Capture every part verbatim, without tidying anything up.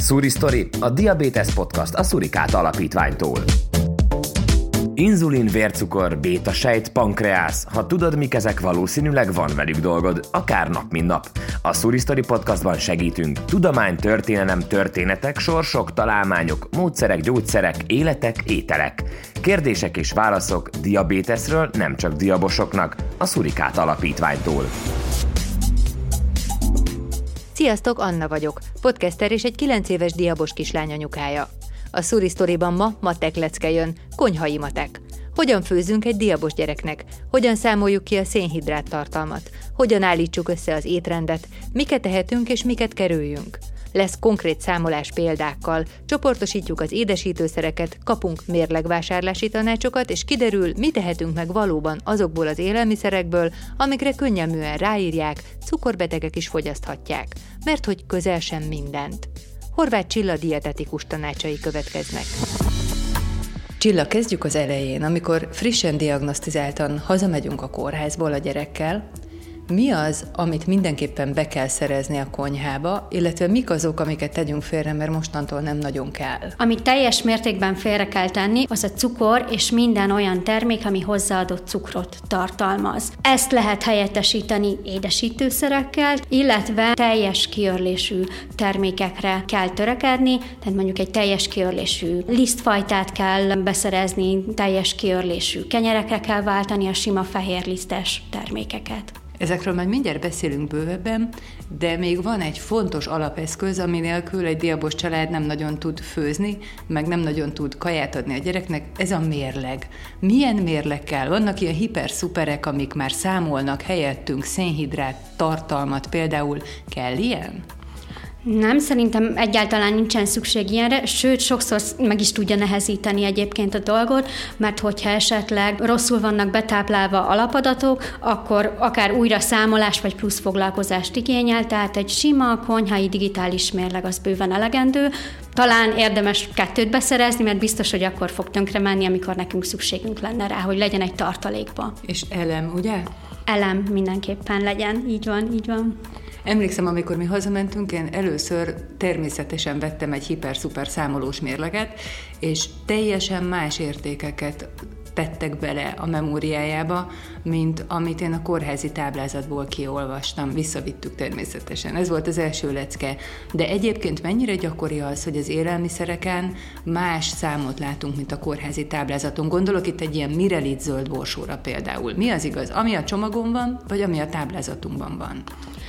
Szuri Story, a Diabetes Podcast a Szurikát Alapítványtól. Inzulin, vércukor, bétasejt, pankreász. Ha tudod, mik ezek, valószínűleg van velük dolgod, akár nap mint nap. A Szuri Story Podcastban segítünk. Tudomány, történelem, történetek, sorsok, találmányok, módszerek, gyógyszerek, életek, ételek. Kérdések és válaszok diabéteszről nem csak diabosoknak, a Szurikát Alapítványtól. Sziasztok, Anna vagyok, podcaster és egy kilenc éves diabos kislány anyukája. A Szuri Storyban ma matek lecke jön, konyhai matek. Hogyan főzzünk egy diabos gyereknek? Hogyan számoljuk ki a szénhidrát tartalmat? Hogyan állítsuk össze az étrendet? Miket tehetünk és miket kerüljünk? Lesz konkrét számolás példákkal, csoportosítjuk az édesítőszereket, kapunk mérlegvásárlási tanácsokat, és kiderül, mi tehetünk meg valóban azokból az élelmiszerekből, amikre könnyelműen ráírják, cukorbetegek is fogyaszthatják, mert hogy közel sem mindent. Horváth Csilla dietetikus tanácsai következnek. Csilla, kezdjük az elején, amikor frissen diagnosztizáltan hazamegyünk a kórházból a gyerekkel. Mi az, amit mindenképpen be kell szerezni a konyhába, illetve mik azok, amiket tegyünk félre, mert mostantól nem nagyon kell? Amit teljes mértékben félre kell tenni, az a cukor és minden olyan termék, ami hozzáadott cukrot tartalmaz. Ezt lehet helyettesíteni édesítőszerekkel, illetve teljes kiörlésű termékekre kell törekedni, tehát mondjuk egy teljes kiörlésű lisztfajtát kell beszerezni, teljes kiörlésű kenyerekre kell váltani a sima fehérlisztes termékeket. Ezekről majd mindjárt beszélünk bővebben, de még van egy fontos alapeszköz, ami nélkül egy diabos család nem nagyon tud főzni, meg nem nagyon tud kaját adni a gyereknek, ez a mérleg. Milyen mérleg kell? Vannak ilyen hiper-szuperek, amik már számolnak helyettünk szénhidrát tartalmat, például kell ilyen? Nem, szerintem egyáltalán nincsen szükség ilyenre, sőt, sokszor meg is tudja nehezíteni egyébként a dolgot, mert hogyha esetleg rosszul vannak betáplálva alapadatok, akkor akár újra számolás vagy plusz foglalkozást igényel, tehát egy sima konyhai digitális mérleg az bőven elegendő. Talán érdemes kettőt beszerezni, mert biztos, hogy akkor fog tönkre menni, amikor nekünk szükségünk lenne rá, hogy legyen egy tartalékba. És elem, ugye? Elem mindenképpen legyen, így van, így van. Emlékszem, amikor mi hazamentünk, én először természetesen vettem egy hiper-szuper számolós mérleget, és teljesen más értékeket tettek bele a memóriájába, mint amit én a kórházi táblázatból kiolvastam. Visszavittük természetesen. Ez volt az első lecke. De egyébként mennyire gyakori az, hogy az élelmiszereken más számot látunk, mint a kórházi táblázaton? Gondolok itt egy ilyen Mirelit zöld borsóra például. Mi az igaz? Ami a csomagon van, vagy ami a táblázatunkban van?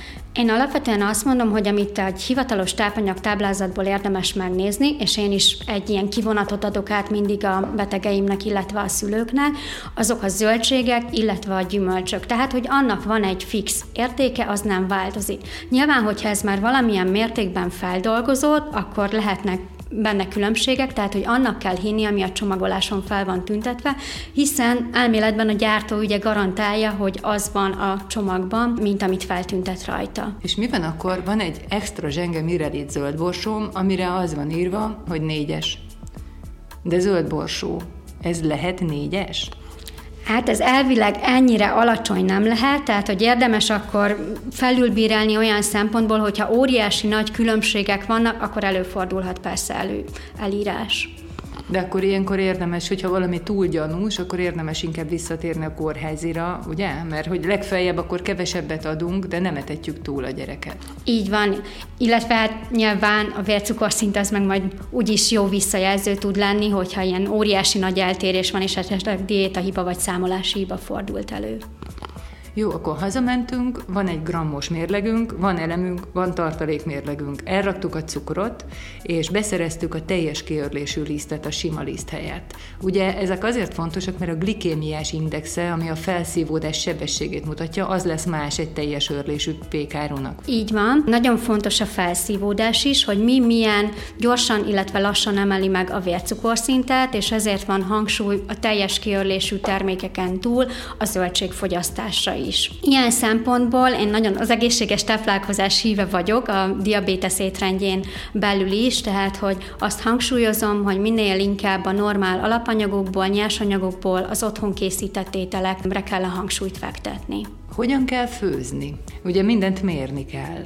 Én alapvetően azt mondom, hogy amit egy hivatalos tápanyag táblázatból érdemes megnézni, és én is egy ilyen kivonatot adok át mindig a betegeimnek, illetve a szülőknek, azok a zöldségek, illetve a gyümölcsök. Tehát, hogy annak van egy fix értéke, az nem változik. Nyilván, hogyha ez már valamilyen mértékben feldolgozott, akkor lehetnek benne különbségek, tehát hogy annak kell hinni, ami a csomagoláson fel van tüntetve, hiszen elméletben a gyártó ugye garantálja, hogy az van a csomagban, mint amit feltüntet rajta. És mi van akkor? Van egy extra zsenge Mirelit zöld borsóm, amire az van írva, hogy négyes. De zöld borsó, ez lehet négyes? Hát ez elvileg ennyire alacsony nem lehet, tehát hogy érdemes akkor felülbírálni olyan szempontból, hogyha óriási nagy különbségek vannak, akkor előfordulhat persze elő, elírás. De akkor ilyenkor érdemes, hogyha valami túl gyanús, akkor érdemes inkább visszatérni a kórházira, ugye? Mert hogy legfeljebb akkor kevesebbet adunk, de nem etetjük túl a gyereket. Így van, illetve hát nyilván a vércukorszint az meg majd úgyis jó visszajelző tud lenni, hogyha ilyen óriási nagy eltérés van, és esetleg diétahiba vagy számolási hiba fordult elő. Jó, akkor hazamentünk, van egy grammos mérlegünk, van elemünk, van tartalékmérlegünk. Elraktuk a cukrot, és beszereztük a teljes kiörlésű lisztet a sima liszt helyett. Ugye ezek azért fontosak, mert a glikémiás indexe, ami a felszívódás sebességét mutatja, az lesz más egy teljes örlésű pékárónak. Így van. Nagyon fontos a felszívódás is, hogy mi milyen gyorsan, illetve lassan emeli meg a vércukorszintet, és ezért van hangsúly a teljes kiörlésű termékeken túl a zöldségfogyasztásra is. Ilyen szempontból én nagyon az egészséges táplálkozás híve vagyok, a diabétesz étrendjén belül is, tehát hogy azt hangsúlyozom, hogy minél inkább a normál alapanyagokból, nyersanyagokból, az otthon készített ételekre kell a hangsúlyt fektetni. Hogyan kell főzni? Ugye mindent mérni kell.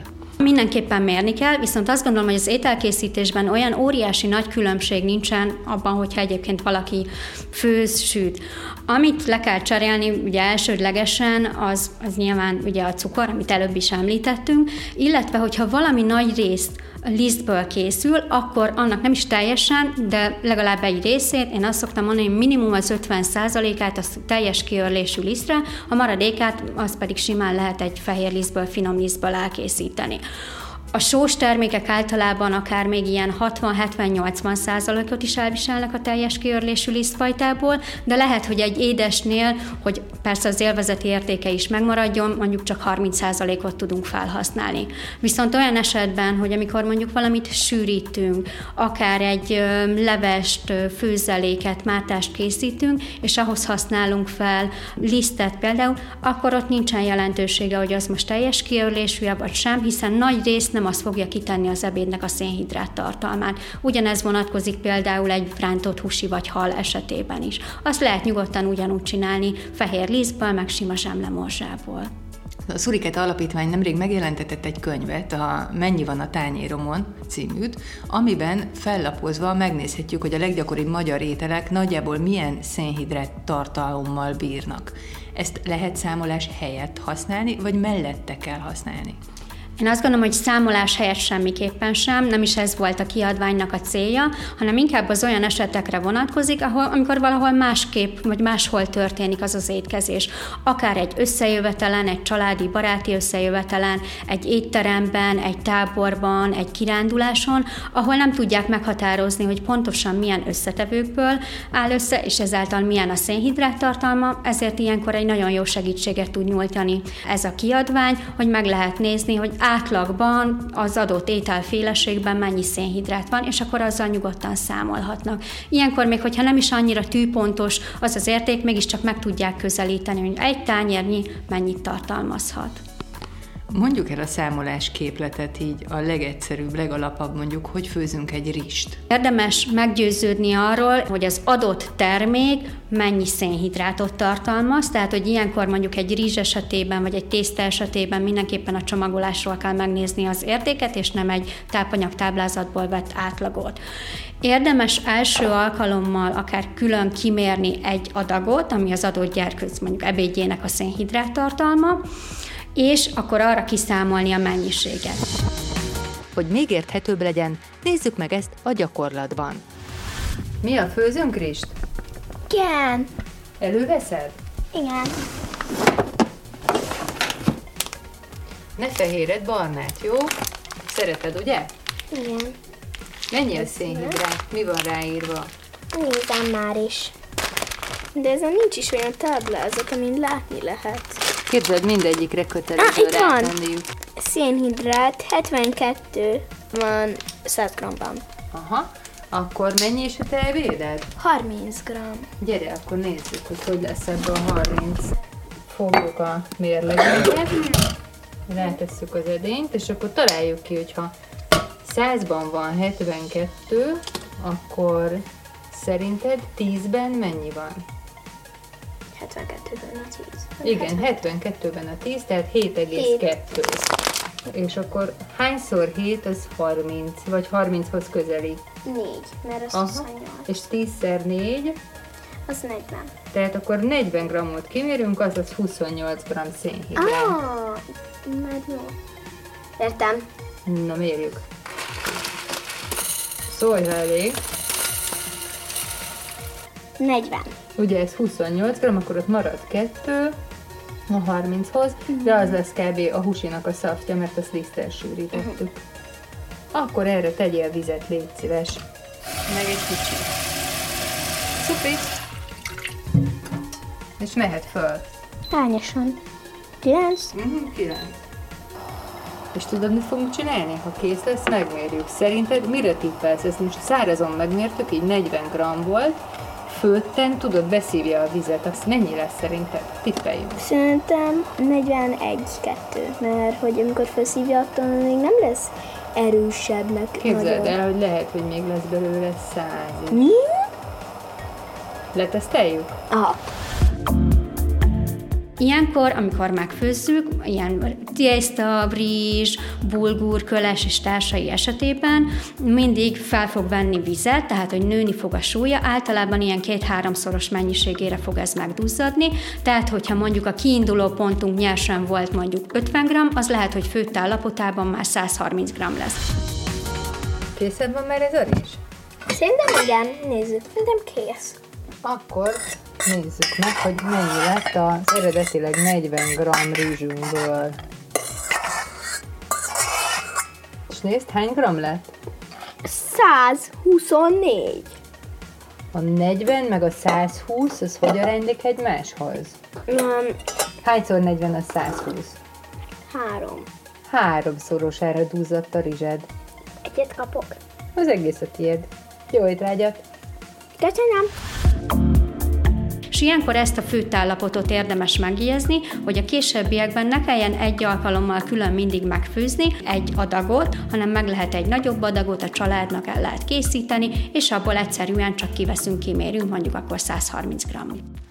Mindenképpen mérni kell, viszont azt gondolom, hogy az ételkészítésben olyan óriási nagy különbség nincsen abban, hogyha egyébként valaki főz, süt. Amit le kell cserélni, ugye elsődlegesen, az, az nyilván ugye a cukor, amit előbb is említettünk, illetve hogyha valami nagy részt lisztből készül, akkor annak nem is teljesen, de legalább egy részét, én azt szoktam mondani, hogy minimum az ötven százalékát az teljes kiörlésű lisztre, a maradékát az pedig simán lehet egy fehér lisztből, finom lisztből elkészíteni. A sós termékek általában akár még ilyen hatvan-hetven-nyolcvan százalékot is elviselnek a teljes kiörlésű lisztfajtából, de lehet, hogy egy édesnél, hogy persze az élvezeti értéke is megmaradjon, mondjuk csak harminc százalékot tudunk felhasználni. Viszont olyan esetben, hogy amikor mondjuk valamit sűrítünk, akár egy levest, főzeléket, mátást készítünk, és ahhoz használunk fel lisztet például, akkor ott nincsen jelentősége, hogy az most teljes kiörlésű, vagy sem, hiszen nagy rész nem az fogja kitenni az ebédnek a szénhidrát tartalmát. Ugyanez vonatkozik például egy rántott húsi vagy hal esetében is. Azt lehet nyugodtan ugyanúgy csinálni fehér lisztből, meg sima zsemlemorzsából. A Szuriket Alapítvány nemrég megjelentetett egy könyvet, a Mennyi van a tányéromon címűt, amiben fellapozva megnézhetjük, hogy a leggyakoribb magyar ételek nagyjából milyen szénhidrát tartalommal bírnak. Ezt lehet számolás helyett használni, vagy mellette kell használni? Én azt gondolom, hogy számolás helyett semmiképpen sem, nem is ez volt a kiadványnak a célja, hanem inkább az olyan esetekre vonatkozik, ahol, amikor valahol másképp, vagy máshol történik az az étkezés. Akár egy összejövetelen, egy családi, baráti összejövetelen, egy étteremben, egy táborban, egy kiránduláson, ahol nem tudják meghatározni, hogy pontosan milyen összetevőkből áll össze, és ezáltal milyen a szénhidrát tartalma, ezért ilyenkor egy nagyon jó segítséget tud nyújtani ez a kiadvány, hogy meg lehet nézni, hogy átlagban az adott ételféleségben mennyi szénhidrát van, és akkor azzal nyugodtan számolhatnak. Ilyenkor még, hogyha nem is annyira tűpontos az az érték, mégiscsak meg tudják közelíteni, hogy egy tányérnyi mennyit tartalmazhat. Mondjuk el a számolás képletet így a legegyszerűbb, legalapabb, mondjuk, hogy főzünk egy rist. Érdemes meggyőződni arról, hogy az adott termék mennyi szénhidrátot tartalmaz, tehát hogy ilyenkor mondjuk egy rizs esetében, vagy egy tészta esetében mindenképpen a csomagolásról kell megnézni az értéket, és nem egy tápanyagtáblázatból vett átlagot. Érdemes első alkalommal akár külön kimérni egy adagot, ami az adott gyerkőc mondjuk ebédjének a szénhidrát tartalma, és akkor arra kiszámolni a mennyiséget. Hogy még érthetőbb legyen, nézzük meg ezt a gyakorlatban. Mi a főzünk rist? Igen. Előveszed? Igen. Ne fehéret, barnát, jó? Szereted, ugye? Igen. Mennyi a szénhidrát? Mi van ráírva? Nézem már is. De ezen nincs is olyan táblázat, amin látni lehet. Képzeld, mindegyikre kötelező ah, rátenniük. Szénhidrát hetvenkettő van száz grammban. Aha. Akkor mennyi is a te ebéded? harminc gramm. Gyere, akkor nézzük, hogy hogy lesz ebből a harminc. Fogjuk a mérlegünket, rátesszük az edényt, és akkor találjuk ki, hogyha százban van hetvenkettő, akkor szerinted tízben mennyi van? hetvenkettőben a tíz. Igen, hetvenkettőben a tíz, tehát hét egész kettő. És akkor hányszor hét, az harminc, vagy harminchoz közeli? négy, mert az aha. huszonnyolc. És tízszer négy? Az negyven. Tehát akkor negyven grammot kimérünk, azaz huszonnyolc gramm szénhidrát. Ah, már jó. Értem. Na, mérjük. Szólj, ha elég. negyven. Ugye ez huszonnyolc gramm, akkor ott marad kettő a harminchoz, de az lesz kb. A húsinak a szaftja, mert azt liszttel sűrítettük. Uh-huh. Akkor erre tegyél vizet, légy szíves. Meg egy kicsit. Szupi! És mehet föl. Hányosan? Kilenc? Mhm, kilenc. És tudod, mit fogunk csinálni? Ha kész lesz, megmérjük. Szerinted mire tippelsz? Ezt most szárazon megmértük, így negyven gramm volt. Főtten, tudod, beszívja a vizet. Azt mennyi lesz szerinted? Tippeljünk. Szerintem negyvenegy kettő, mert hogy amikor felszívja, attól még nem lesz erősebbnek. Képzeld el, hogy lehet, hogy még lesz belőle száz. Mi? Leteszteljük? Aha. Ilyenkor, amikor megfőzzük, ilyen tészta, brizs, bulgur, köles és társai esetében mindig fel fog venni vizet, tehát hogy nőni fog a súlya, általában ilyen két-háromszoros mennyiségére fog ez megduzzadni, tehát hogyha mondjuk a kiinduló pontunk nyersen volt mondjuk ötven gramm, az lehet, hogy főtt állapotában már száz harminc gramm lesz. Készen van már ez a rizs? Szerintem igen, nézzük, szerintem kész. Akkor nézzük meg, hogy mennyi lett az eredetileg negyven gramm rizsünkből. És nézd, hány gramm lett? száz huszonnégy. A negyven meg a száz húsz, az hogy aránylik egymáshoz? Um, Hányszor negyven a száz húsz? három. Háromszorosára duzzadt a rizsed. Egyet kapok. Az egész a tiéd. Jó étvágyat! Köszönöm. És ilyenkor ezt a főtt állapotot érdemes megjegyezni, hogy a későbbiekben ne kelljen egy alkalommal külön mindig megfőzni egy adagot, hanem meg lehet egy nagyobb adagot, a családnak el lehet készíteni, és abból egyszerűen csak kiveszünk, kimérünk, mondjuk akkor száz harminc gramm.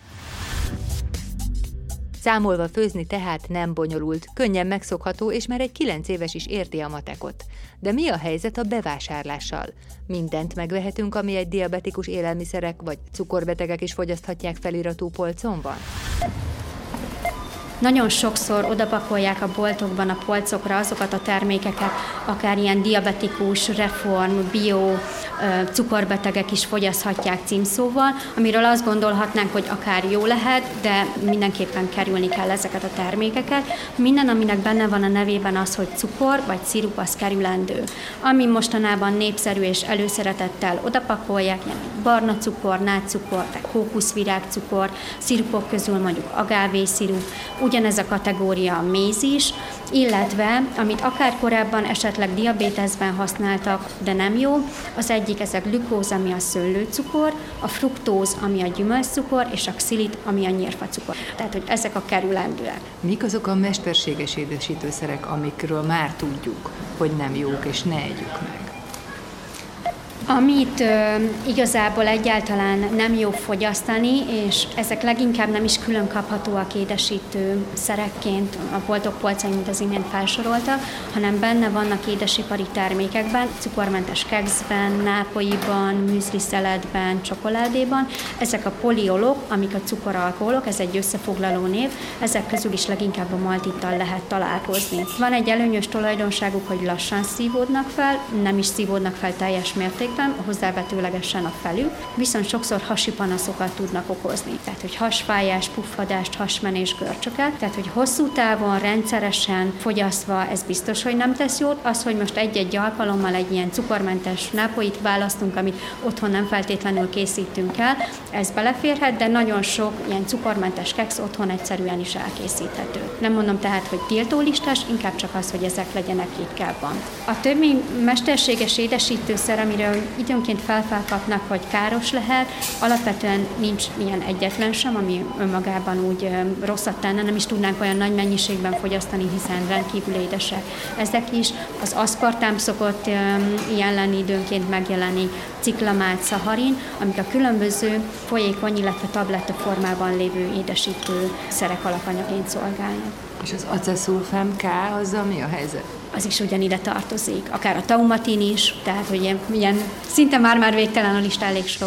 Számolva főzni tehát nem bonyolult, könnyen megszokható, és már egy kilenc éves is érti a matekot. De mi a helyzet a bevásárlással? Mindent megvehetünk, ami egy diabetikus élelmiszerek vagy cukorbetegek is fogyaszthatják feliratú polcon van? Nagyon sokszor odapakolják a boltokban a polcokra azokat a termékeket, akár ilyen diabetikus, reform, bio, cukorbetegek is fogyaszthatják címszóval, amiről azt gondolhatnánk, hogy akár jó lehet, de mindenképpen kerülni kell ezeket a termékeket. Minden, aminek benne van a nevében az, hogy cukor vagy szirup, az kerülendő. Ami mostanában népszerű és előszeretettel odapakolják, ilyen barna cukor, nátszukor, vagy kókuszvirágcukor, szirupok közül mondjuk agávészirup, ugyanez a kategória a méz is, illetve, amit akár korábban esetleg diabéteszben használtak, de nem jó, az egyik ez a glükóz, ami a szőlőcukor, a fruktóz, ami a gyümölcscukor, és a xzilit, ami a nyírfacukor. Tehát, hogy ezek a kerülendőek. Mik azok a mesterséges édesítőszerek, amikről már tudjuk, hogy nem jók, és ne együk meg? Amit ö, igazából egyáltalán nem jó fogyasztani, és ezek leginkább nem is külön kaphatóak édesítő szerekként a boltok polcain, mint az imént felsorolta, hanem benne vannak édesipari termékekben, cukormentes kekszben, nápoiban, műzliszeletben, csokoládéban. Ezek a poliolok, amik a cukoralkoholok, ez egy összefoglaló név, ezek közül is leginkább a maltittal lehet találkozni. Van egy előnyös tulajdonságuk, hogy lassan szívódnak fel, nem is szívódnak fel teljes mértékben, hozzávetőlegesen a felük, viszont sokszor hasi panaszokat tudnak okozni. Tehát, hogy hasfájás, puffadást, hasmenés, görcsöket. Tehát, hogy hosszú távon, rendszeresen fogyasztva ez biztos, hogy nem tesz jót. Az, hogy most egy-egy alkalommal egy ilyen cukormentes nápoit választunk, amit otthon nem feltétlenül készítünk el, ez beleférhet, de nagyon sok ilyen cukormentes keksz otthon egyszerűen is elkészíthető. Nem mondom tehát, hogy tiltólistás, inkább csak az, hogy ezek legyenek ritkábban. A többi mesterséges édesítőszer, amiről időnként felfelkapnak, hogy káros lehet, alapvetően nincs ilyen egyetlen sem, ami önmagában úgy rosszat tenne, nem is tudnánk olyan nagy mennyiségben fogyasztani, hiszen rendkívül édesek. Ezek is, az aszpartám szokott ilyen lenni, időnként megjelenni, ciklamát, szaharin, amik a különböző folyékony, illetve tabletta formában lévő édesítő szerek alapanyagként szolgálnak. És az aceszulfám K, azzal mi a helyzet? Az is ugyanide tartozik, akár a taumatin is, tehát hogy ilyen, ilyen szinte már-már végtelen a lista, elég sok.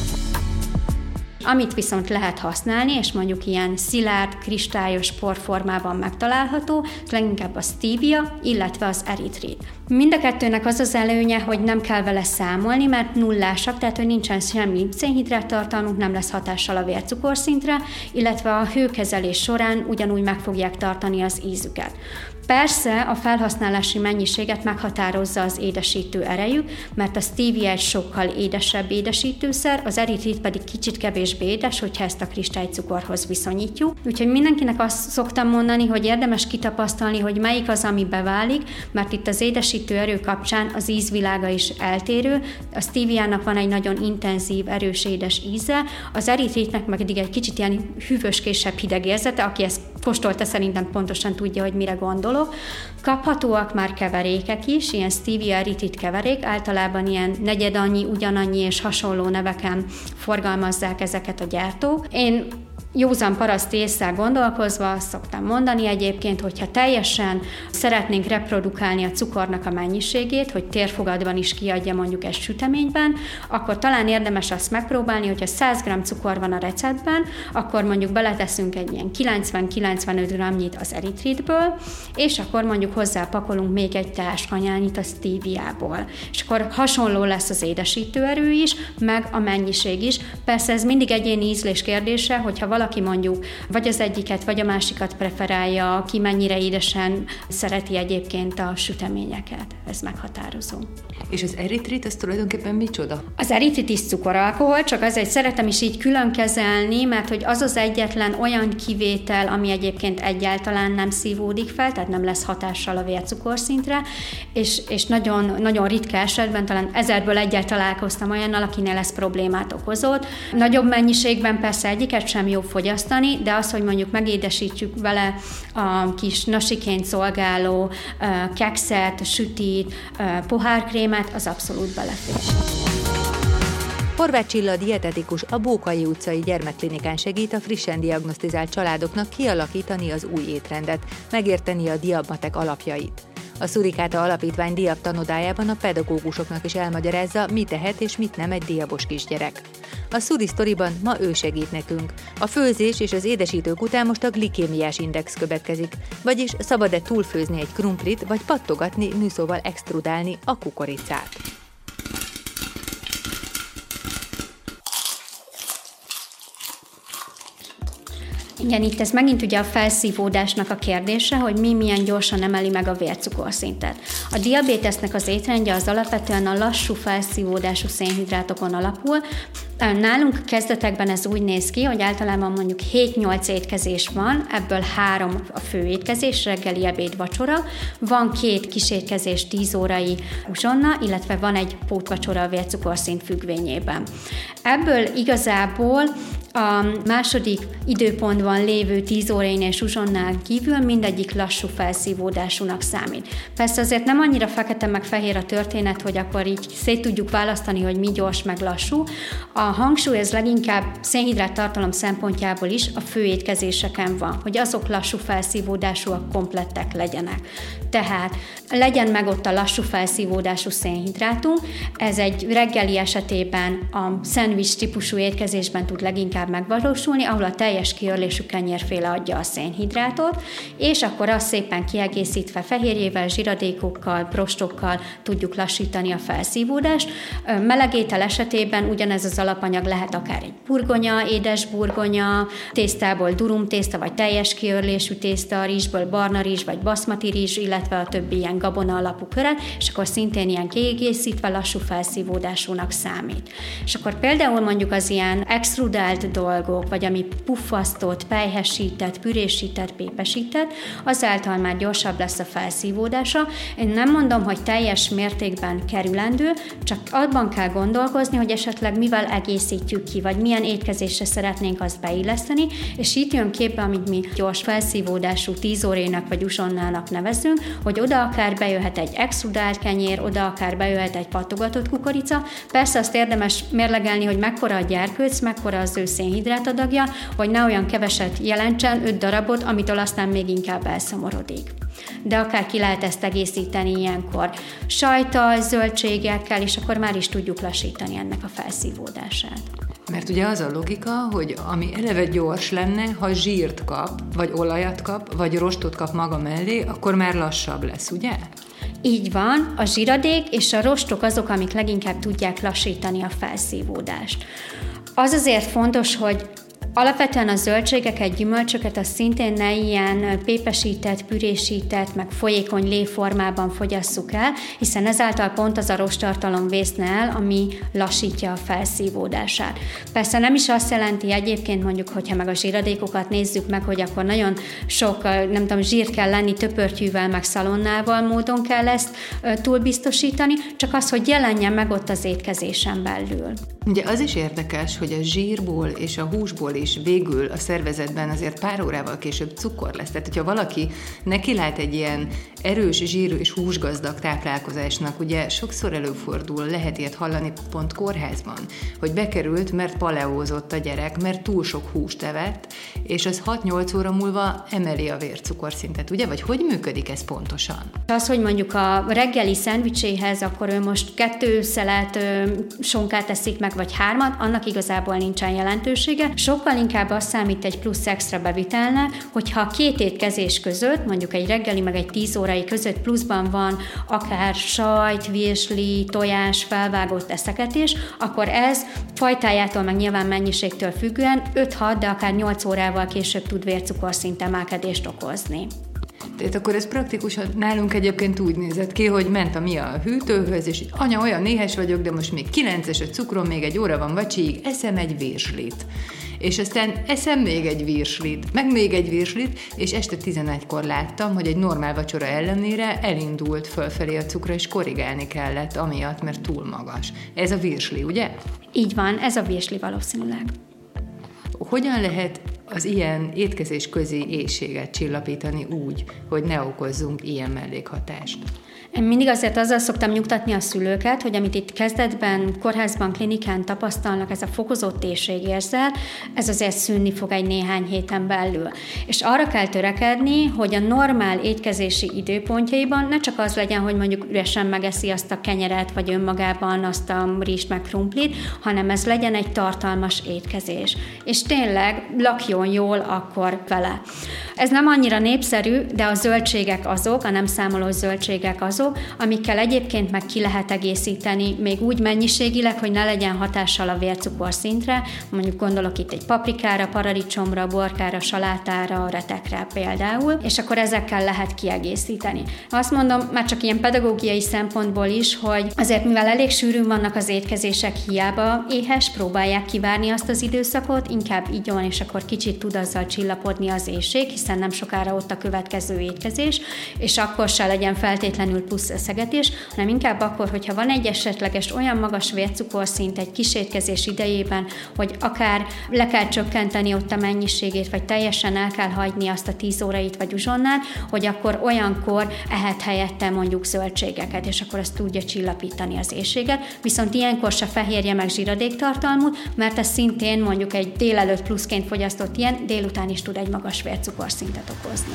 Amit viszont lehet használni, és mondjuk ilyen szilárd, kristályos porformában megtalálható, leginkább a stevia, illetve az eritrit. Mind a kettőnek az az előnye, hogy nem kell vele számolni, mert nullásak, tehát hogy nincsen semmi szénhidráttartalmuk, nem lesz hatással a vércukorszintre, illetve a hőkezelés során ugyanúgy meg fogják tartani az ízüket. Persze a felhasználási mennyiséget meghatározza az édesítő erejük, mert a stevia egy sokkal édesebb édesítőszer, az eritrit pedig kicsit kevésbé édes, hogyha ezt a kristálycukorhoz viszonyítjuk. Úgyhogy mindenkinek azt szoktam mondani, hogy érdemes kitapasztalni, hogy melyik az, ami beválik, mert itt az édesítő erő kapcsán az ízvilága is eltérő. A steviának van egy nagyon intenzív, erős édes íze, az eritritnek meg eddig egy kicsit ilyen hűvöskésebb hideg érzete, aki ezt kóstolta, szerintem pontosan tudja, hogy mire gondolok. Kaphatóak már keverékek is, ilyen stevia eritrit keverék, általában ilyen negyedannyi, ugyanannyi és hasonló neveken forgalmazzák ezeket a gyártók. Én józan paraszt ésszel gondolkozva azt szoktam mondani egyébként, hogyha teljesen szeretnénk reprodukálni a cukornak a mennyiségét, hogy térfogatban is kiadja mondjuk egy süteményben, akkor talán érdemes azt megpróbálni, hogyha száz gramm cukor van a receptben, akkor mondjuk beleteszünk egy ilyen kilencven-kilencvenöt grammnyit az eritritből, és akkor mondjuk hozzápakolunk még egy teáskanyálnyit a stíviából. És akkor hasonló lesz az édesítőerő is, meg a mennyiség is. Persze ez mindig egyéni ízlés kérdése, hogyha valaki mondjuk vagy az egyiket, vagy a másikat preferálja, ki mennyire édesen szereti egyébként a süteményeket. Ez meghatározó. És az eritrit, ez tulajdonképpen micsoda? Az eritrit is cukoralkohol, csak azért szeretem is így külön kezelni, mert hogy az az egyetlen olyan kivétel, ami egyébként egyáltalán nem szívódik fel, tehát nem lesz hatással a vércukorszintre, és, és nagyon, nagyon ritka esetben, talán ezerből egyel találkoztam olyannal, akinél ez problémát okozott. Nagyobb mennyiségben persze egyiket sem jó fogyasztani, de az, hogy mondjuk megédesítjük vele a kis nasiként szolgáló uh, kekszet, sütit, uh, pohárkrémet, az abszolút belefér. Horváth Csilla dietetikus a Bókai utcai gyermekklinikán segít a frissen diagnosztizált családoknak kialakítani az új étrendet, megérteni a diabmatek alapjait. A Szurikáta Alapítvány diab tanodájában a pedagógusoknak is elmagyarázza, mit tehet és mit nem egy diabos kisgyerek. A Szuri sztoriban ma ő segít nekünk. A főzés és az édesítők után most a glikémiás index következik, vagyis szabad-e túlfőzni egy krumplit, vagy pattogatni, műszóval extrudálni a kukoricát. Igen, itt ez megint ugye a felszívódásnak a kérdése, hogy mi milyen gyorsan emeli meg a vércukorszintet. A diabétesznek az étrendje az alapvetően a lassú felszívódású szénhidrátokon alapul. Nálunk kezdetekben ez úgy néz ki, hogy általában mondjuk hét-nyolc étkezés van, ebből három a fő étkezés, reggeli, ebéd, vacsora, van két kis étkezés tíz órai uzsonna, illetve van egy pótvacsora a vércukorszint függvényében. Ebből igazából a második időpontban lévő tíz órainál uzsonnán kívül mindegyik lassú felszívódásúnak számít. Persze azért nem annyira fekete meg fehér a történet, hogy akkor így szét tudjuk választani, hogy mi gyors meg lassú. A hangsúly ez leginkább szénhidrát tartalom szempontjából is a fő étkezéseken van, hogy azok lassú felszívódásúak, komplettek legyenek. Tehát legyen meg ott a lassú felszívódású szénhidrátunk, ez egy reggeli esetében a szendvics típusú étkezésben tud leginkább megvalósulni, ahol a teljes kiörlésű kenyérféle adja a szénhidrátot, és akkor azt szépen kiegészítve fehérjével, zsiradékokkal, prostokkal tudjuk lassítani a felszívódást. Melegétel esetében ugyanez az alapanyag lehet akár egy burgonya, édes burgonya, tésztából durum tészta, vagy teljes kiörlésű tészta, rizsből barna rizs, vagy baszmati rizs, illetve a többi ilyen gabona alapú köret, és akkor szintén ilyen kiegészítve lassú felszívódásúnak számít. És akkor például mondjuk az ilyen extrudált dolgok, vagy ami puffasztott, pelyhesített, pürésített, pépesített, azáltal már gyorsabb lesz a felszívódása. Én nem mondom, hogy teljes mértékben kerülendő, csak abban kell gondolkozni, hogy esetleg mivel egészítjük ki, vagy milyen étkezésre szeretnénk azt beilleszteni, és itt jön képbe, amit mi gyors felszívódású tíz órénak vagy uzsonnának nevezünk, hogy oda akár bejöhet egy extrudált kenyér, oda akár bejöhet egy pattogatott kukorica. Persze azt érdemes mérlegelni, hogy mekkora a gyerkőc, mekkora az ő szénhidrátadagja, hogy ne olyan keveset jelentsen, öt darabot, amitől aztán még inkább elszomorodik. De akár ki lehet ezt egészíteni ilyenkor sajttal, zöldségekkel, és akkor már is tudjuk lassítani ennek a felszívódását. Mert ugye az a logika, hogy ami eleve gyors lenne, ha zsírt kap, vagy olajat kap, vagy rostot kap maga mellé, akkor már lassabb lesz, ugye? Így van, a zsiradék és a rostok azok, amik leginkább tudják lassítani a felszívódást. Az azért fontos, hogy alapvetően a zöldségeket, gyümölcsöket az szintén ne ilyen pépesített, pürésített, meg folyékony léformában fogyasszuk el, hiszen ezáltal pont az a rosttartalom vészne el, ami lassítja a felszívódását. Persze nem is azt jelenti egyébként mondjuk, hogyha meg a zsíradékokat nézzük meg, hogy akkor nagyon sok, nem tudom, zsírt kell lenni töpörtyűvel, meg szalonnával módon kell ezt túlbiztosítani, csak az, hogy jelenjen meg ott az étkezésen belül. Ugye az is érdekes, hogy a zsírból és a húsból is végül a szervezetben azért pár órával később cukor lesz. Tehát, hogyha valaki neki lát egy ilyen erős, zsírű és húsgazdag táplálkozásnak, ugye sokszor előfordul, lehet ilyet hallani pont kórházban, hogy bekerült, mert paleózott a gyerek, mert túl sok húst evett, és az hat-nyolc óra múlva emeli a vércukorszintet, ugye? Vagy hogy működik ez pontosan? Az, hogy mondjuk a reggeli szendvicséhez, akkor ő most kettő szelet ö, sonkát eszik meg, vagy hármat, annak igazából nincsen jelentősége. Sokkal inkább az számít egy plusz extra bevitelnek, hogyha két étkezés között, mondjuk egy reggeli, meg egy tíz órai között pluszban van akár sajt, virsli, tojás, felvágott eszegetés, akkor ez fajtájától, meg nyilván mennyiségtől függően öt-hat, de akár nyolc órával később tud vércukorszint emelkedést okozni. Tehát akkor ez praktikusan nálunk egyébként úgy nézett ki, hogy ment a Mia a hűtőhöz, és anya, olyan éhes vagyok, de most még kilences a cukrom, még egy óra van vacsiig, eszem egy virslit. És aztán eszem még egy virslit, meg még egy virslit, és este tizenegykor láttam, hogy egy normál vacsora ellenére elindult fölfelé a cukra, és korrigálni kellett amiatt, mert túl magas. Ez a virsli, ugye? Így van, ez a virsli valószínűleg. Hogyan lehet az ilyen étkezés közi éhséget csillapítani úgy, hogy ne okozzunk ilyen mellékhatást? Én mindig azért azzal szoktam nyugtatni a szülőket, hogy amit itt kezdetben, kórházban, klinikán tapasztalnak, ez a fokozott éhségérzet, ez azért szűnni fog egy néhány héten belül. És arra kell törekedni, hogy a normál étkezési időpontjaiban ne csak az legyen, hogy mondjuk üresen megeszi azt a kenyeret, vagy önmagában azt a rizst meg krumplit, hanem ez legyen egy tartalmas étkezés. És tényleg lakjon jól akkor vele. Ez nem annyira népszerű, de a zöldségek azok, a nem számolós zöldségek azok, amikkel egyébként meg ki lehet egészíteni, még úgy mennyiségileg, hogy ne legyen hatással a vércukorszintre, mondjuk gondolok itt egy paprikára, paradicsomra, borkára, salátára, retekre például, és akkor ezekkel lehet kiegészíteni. Azt mondom, már csak ilyen pedagógiai szempontból is, hogy azért mivel elég sűrűn vannak az étkezések, hiába éhes, próbálják kivárni azt az időszakot, inkább igyon, és akkor kicsit tud azzal csillapodni az éhség, hiszen nem sokára ott a következő étkezés, és akkor se legyen feltétlenül plusz eszegetés, hanem inkább akkor, hogyha van egy esetleges olyan magas vércukorszint egy kis étkezés idejében, hogy akár le kell csökkenteni ott a mennyiségét, vagy teljesen el kell hagyni azt a tíz órait vagy uzsonnál, hogy akkor olyankor ehet helyette mondjuk zöldségeket, és akkor ezt tudja csillapítani az éhséget, viszont ilyenkor se fehérje meg zsíradéktartalmút, mert ez szintén mondjuk egy délelőtt pluszként fogyasztott ilyen, délután is tud egy magas vércukorszintet okozni.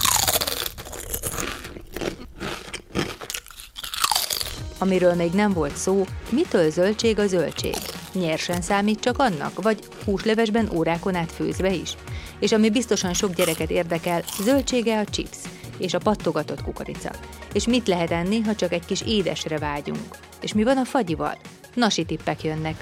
Amiről még nem volt szó, mitől zöldség a zöldség? Nyersen számít csak annak, vagy húslevesben órákon át főzve is? És ami biztosan sok gyereket érdekel, zöldsége a chips és a pattogatott kukorica. És mit lehet enni, ha csak egy kis édesre vágyunk? És mi van a fagyival? Nasi tippek jönnek.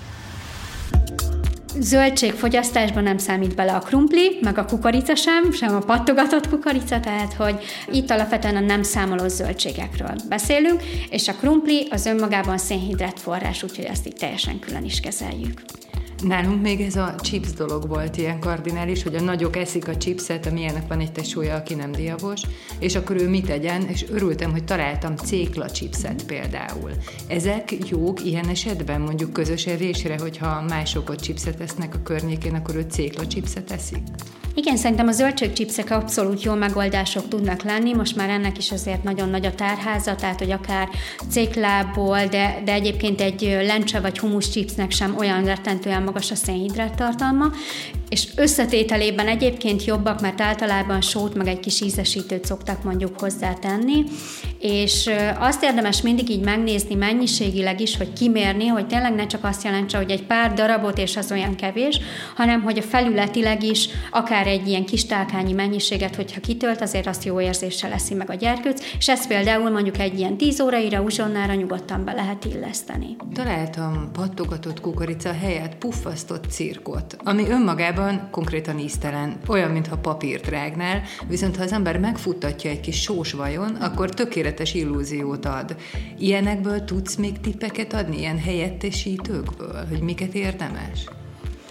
Zöldségfogyasztásban nem számít bele a krumpli, meg a kukorica sem, sem a pattogatott kukorica, tehát hogy itt alapvetően a nem számolós zöldségekről beszélünk, és a krumpli az önmagában szénhidrát forrás, úgyhogy ezt így teljesen külön is kezeljük. Nálunk még ez a chips dolog volt ilyen kardinális, hogy a nagyok eszik a chipset, amilyenek van egy tesója, aki nem diabos, és akkor ő mit tegyen, és örültem, hogy találtam cékla chipset például. Ezek jók ilyen esetben, mondjuk közös evésre, hogyha mások ott chipset esznek a környékén, akkor ő cékla chipset eszik? Igen, szerintem a zöldségchipsek abszolút jó megoldások tudnak lenni, most már ennek is azért nagyon nagy a tárháza, tehát hogy akár céklából, de, de egyébként egy lencse vagy humusz chipsnek sem olyan rettentően magas a szénhidrát tartalma, és összetételében egyébként jobbak, mert általában sót meg egy kis ízesítőt szoktak mondjuk hozzátenni, és azt érdemes mindig így megnézni mennyiségileg is, hogy kimérni, hogy tényleg ne csak azt jelentse, hogy egy pár darabot és az olyan kevés, hanem hogy a felületileg is akár egy ilyen kis tálkányi mennyiséget, hogyha kitölt, azért azt jó érzéssel eszi meg a gyerkőc, és ezt például mondjuk egy ilyen tíz óraira, uzsonnára nyugodtan be lehet illeszteni. Találtam pattogatott kukorica helyett puffasztott cirkot, ami önmagában konkrétan íztelen, olyan, mintha papírt rágnál, viszont ha az ember megfuttatja egy kis sós vajon, akkor tökéletes illúziót ad. Ilyenekből tudsz még tippeket adni, ilyen helyettesítőkből, hogy miket érdemes?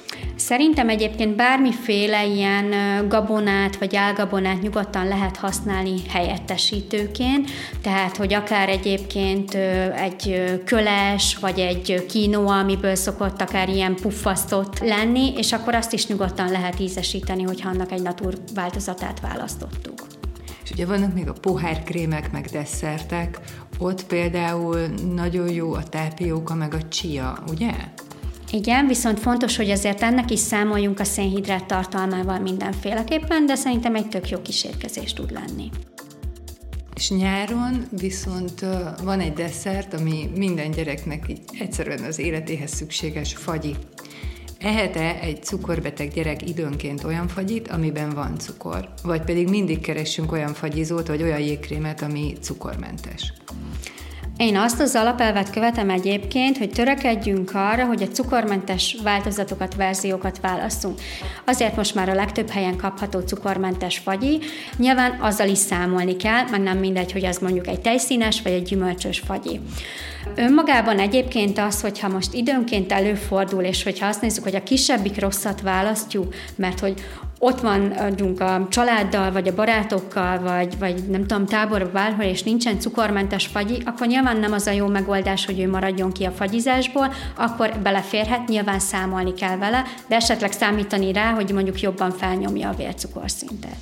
Szerintem egyébként bármiféle ilyen gabonát vagy álgabonát nyugodtan lehet használni helyettesítőként, tehát hogy akár egyébként egy köles vagy egy quinoa, amiből szokott akár ilyen puffasztott lenni, és akkor azt is nyugodtan lehet ízesíteni, hogyha annak egy natur változatát választottuk. És ugye vannak még a pohárkrémek, meg desszertek, ott például nagyon jó a tápióka, meg a chia, ugye? Igen, viszont fontos, hogy azért ennek is számoljunk a szénhidrát tartalmával mindenféleképpen, de szerintem egy tök jó kísérkezés tud lenni. És nyáron viszont van egy desszert, ami minden gyereknek így egyszerűen az életéhez szükséges, fagyi. Ehet-e egy cukorbeteg gyerek időnként olyan fagyit, amiben van cukor? Vagy pedig mindig keressünk olyan fagyizót, vagy olyan jégkrémet, ami cukormentes? Én azt az alapelvet követem egyébként, hogy törekedjünk arra, hogy a cukormentes változatokat, verziókat válasszunk. Azért most már a legtöbb helyen kapható cukormentes fagyi, nyilván azzal is számolni kell, meg nem mindegy, hogy az mondjuk egy tejszínes vagy egy gyümölcsös fagyi. Önmagában egyébként az, hogyha most időnként előfordul, és hogyha azt nézzük, hogy a kisebbik rosszat választjuk, mert hogy ott vagyunk a családdal, vagy a barátokkal, vagy, vagy nem tudom, táborban bárhol, és nincsen cukormentes fagyi, akkor nyilván nem az a jó megoldás, hogy ő maradjon ki a fagyizásból, akkor beleférhet, nyilván számolni kell vele, de esetleg számítani rá, hogy mondjuk jobban felnyomja a vércukorszintet.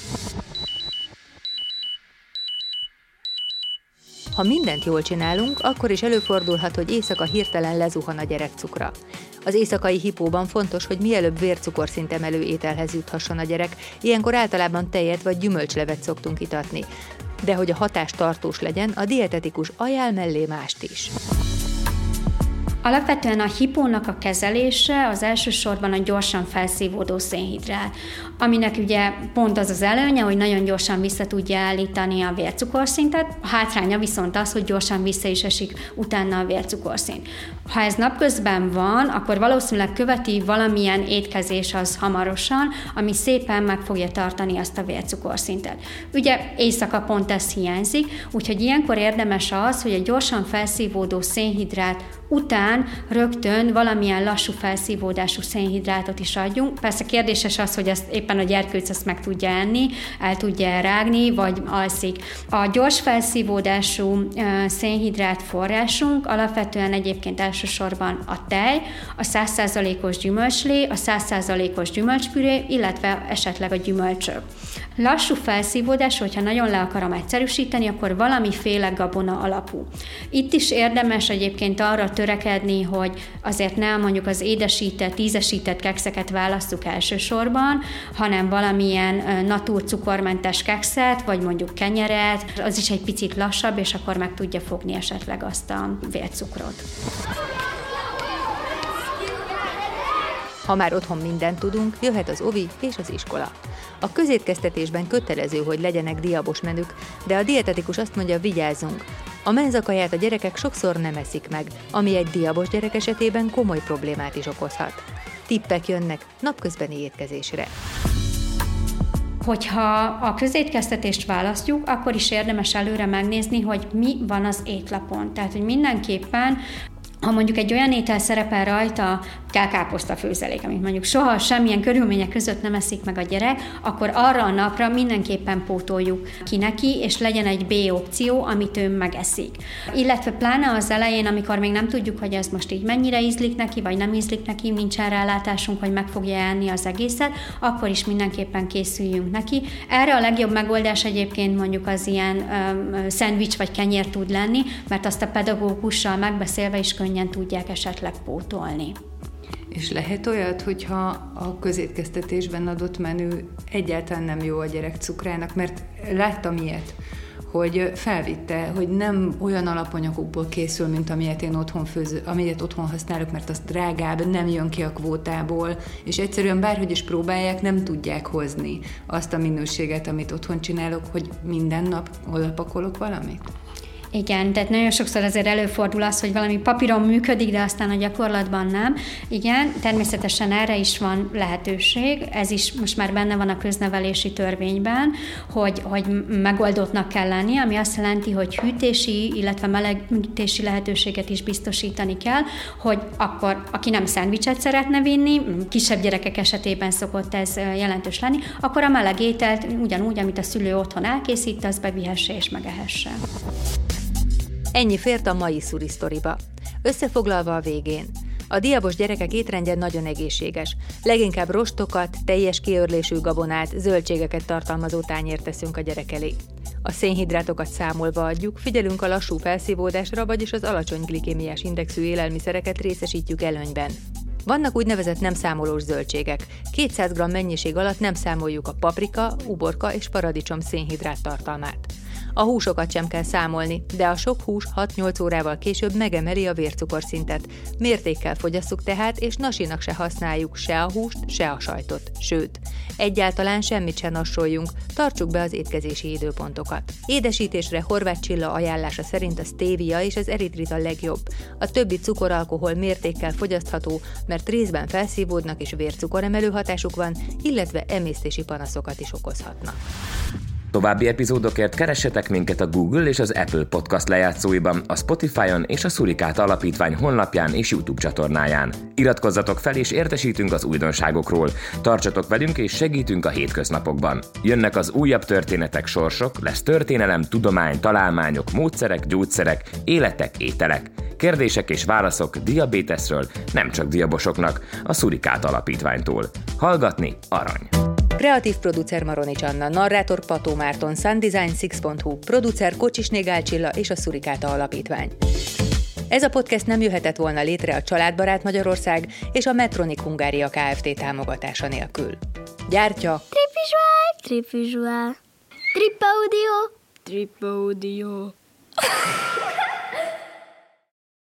Ha mindent jól csinálunk, akkor is előfordulhat, hogy éjszaka hirtelen lezuhan a gyerek cukra. Az éjszakai hipóban fontos, hogy mielőbb vércukorszint emelő ételhez juthasson a gyerek, ilyenkor általában tejet vagy gyümölcslevet szoktunk itatni. De hogy a hatás tartós legyen, a dietetikus ajánl mellé mást is. Alapvetően a hipónak a kezelése az elsősorban a gyorsan felszívódó szénhidrát, aminek ugye pont az az előnye, hogy nagyon gyorsan vissza tudja állítani a vércukorszintet, a hátránya viszont az, hogy gyorsan vissza is esik utána a vércukorszint. Ha ez napközben van, akkor valószínűleg követi valamilyen étkezés az hamarosan, ami szépen meg fogja tartani azt a vércukorszintet. Ugye éjszaka pont ez hiányzik, úgyhogy ilyenkor érdemes az, hogy a gyorsan felszívódó szénhidrát után rögtön valamilyen lassú felszívódású szénhidrátot is adjunk. Persze kérdéses az, hogy ezt éppen a gyerkőc ezt meg tudja enni, el tudja rágni, vagy alszik. A gyors felszívódású szénhidrát forrásunk alapvetően egyébként elsősorban a tej, a száz százalékos gyümölcslé, a száz százalékos gyümölcspüré, illetve esetleg a gyümölcsök. Lassú felszívódás, hogyha nagyon le akarom egyszerűsíteni, akkor valamiféle gabona alapú. Itt is érdemes egyébként arra törekedni, hogy azért nem mondjuk az édesített, ízesített kekszeket választjuk elsősorban, hanem valamilyen natur cukormentes kekszet, vagy mondjuk kenyeret, az is egy picit lassabb, és akkor meg tudja fogni esetleg azt a vércukrot. Ha már otthon mindent tudunk, jöhet az ovi és az iskola. A közétkeztetésben kötelező, hogy legyenek diabos menük, de a dietetikus azt mondja, vigyázzunk. A menzakaját a gyerekek sokszor nem eszik meg, ami egy diabos gyerek esetében komoly problémát is okozhat. Tippek jönnek napközbeni étkezésre. Hogyha a közétkeztetést választjuk, akkor is érdemes előre megnézni, hogy mi van az étlapon. Tehát, hogy mindenképpen ha mondjuk egy olyan étel szerepel rajta, kell káposztafőzelék, amit mondjuk soha semmilyen körülmények között nem eszik meg a gyerek, akkor arra a napra mindenképpen pótoljuk ki neki, és legyen egy B opció, amit ő megeszik. Illetve pláne az elején, amikor még nem tudjuk, hogy ez most így mennyire ízlik neki, vagy nem ízlik neki, nincsen rálátásunk, hogy meg fogja enni az egészet, akkor is mindenképpen készüljünk neki. Erre a legjobb megoldás egyébként mondjuk az ilyen um, szendvics vagy kenyér tud lenni, mert azt a pedagógussal megbeszélve is könnyen tudják esetleg pótolni. És lehet olyat, hogyha a közétkeztetésben adott menü egyáltalán nem jó a gyerek cukrának, mert láttam ilyet, hogy felvitte, hogy nem olyan alapanyagokból készül, mint amilyet én otthon főző, amilyet otthon használok, mert az drágább, nem jön ki a kvótából, és egyszerűen bárhogy is próbálják, nem tudják hozni azt a minőséget, amit otthon csinálok, hogy minden nap hol pakolok valamit. Igen, tehát nagyon sokszor azért előfordul az, hogy valami papíron működik, de aztán a gyakorlatban nem. Igen, természetesen erre is van lehetőség, ez is most már benne van a köznevelési törvényben, hogy, hogy megoldottnak kell lenni, ami azt jelenti, hogy hűtési, illetve melegítési lehetőséget is biztosítani kell, hogy akkor, aki nem szendvicset szeretne vinni, kisebb gyerekek esetében szokott ez jelentős lenni, akkor a meleg ételt ugyanúgy, amit a szülő otthon elkészít, az bevihesse és megehesse. Ennyi fért a mai Szuri sztoriba. Összefoglalva a végén. A diabos gyerekek étrendje nagyon egészséges. Leginkább rostokat, teljes kiörlésű gabonát, zöldségeket tartalmazó tányért teszünk a gyerek elé. A szénhidrátokat számolva adjuk, figyelünk a lassú felszívódásra, vagyis az alacsony glikémiás indexű élelmiszereket részesítjük előnyben. Vannak úgynevezett nem számolós zöldségek. kétszáz gramm mennyiség alatt nem számoljuk a paprika, uborka és paradicsom szénhidrát tartalmát. A húsokat sem kell számolni, de a sok hús hat-nyolc órával később megemeli a vércukorszintet. Mértékkel fogyasszuk tehát, és nasinak se használjuk se a húst, se a sajtot. Sőt, egyáltalán semmit se nassoljunk, tartsuk be az étkezési időpontokat. Édesítésre Horváth Csilla ajánlása szerint a stevia és az eritrita legjobb. A többi cukoralkohol mértékkel fogyasztható, mert részben felszívódnak és vércukoremelő hatásuk van, illetve emésztési panaszokat is okozhatnak. További epizódokért keressetek minket a Google és az Apple Podcast lejátszóiban, a Spotify-on és a Szurikáta Alapítvány honlapján és YouTube csatornáján. Iratkozzatok fel és értesítünk az újdonságokról. Tartsatok velünk és segítünk a hétköznapokban. Jönnek az újabb történetek, sorsok, lesz történelem, tudomány, találmányok, módszerek, gyógyszerek, életek, ételek. Kérdések és válaszok diabéteszről, nem csak diabosoknak, a Szurikáta Alapítványtól. Hallgatni arany! Kreatív producer Maronics Anna, narrátor Pató Márton, Sundesign Six pont hu, producer Kocsisné Gál Csilla és a Szurikáta Alapítvány. Ez a podcast nem jöhetett volna létre a Családbarát Magyarország és a Metronik Hungária Kft. Támogatása nélkül. Gyártja Tripvisual, Tripvisual, Tripaudio, Tripaudio.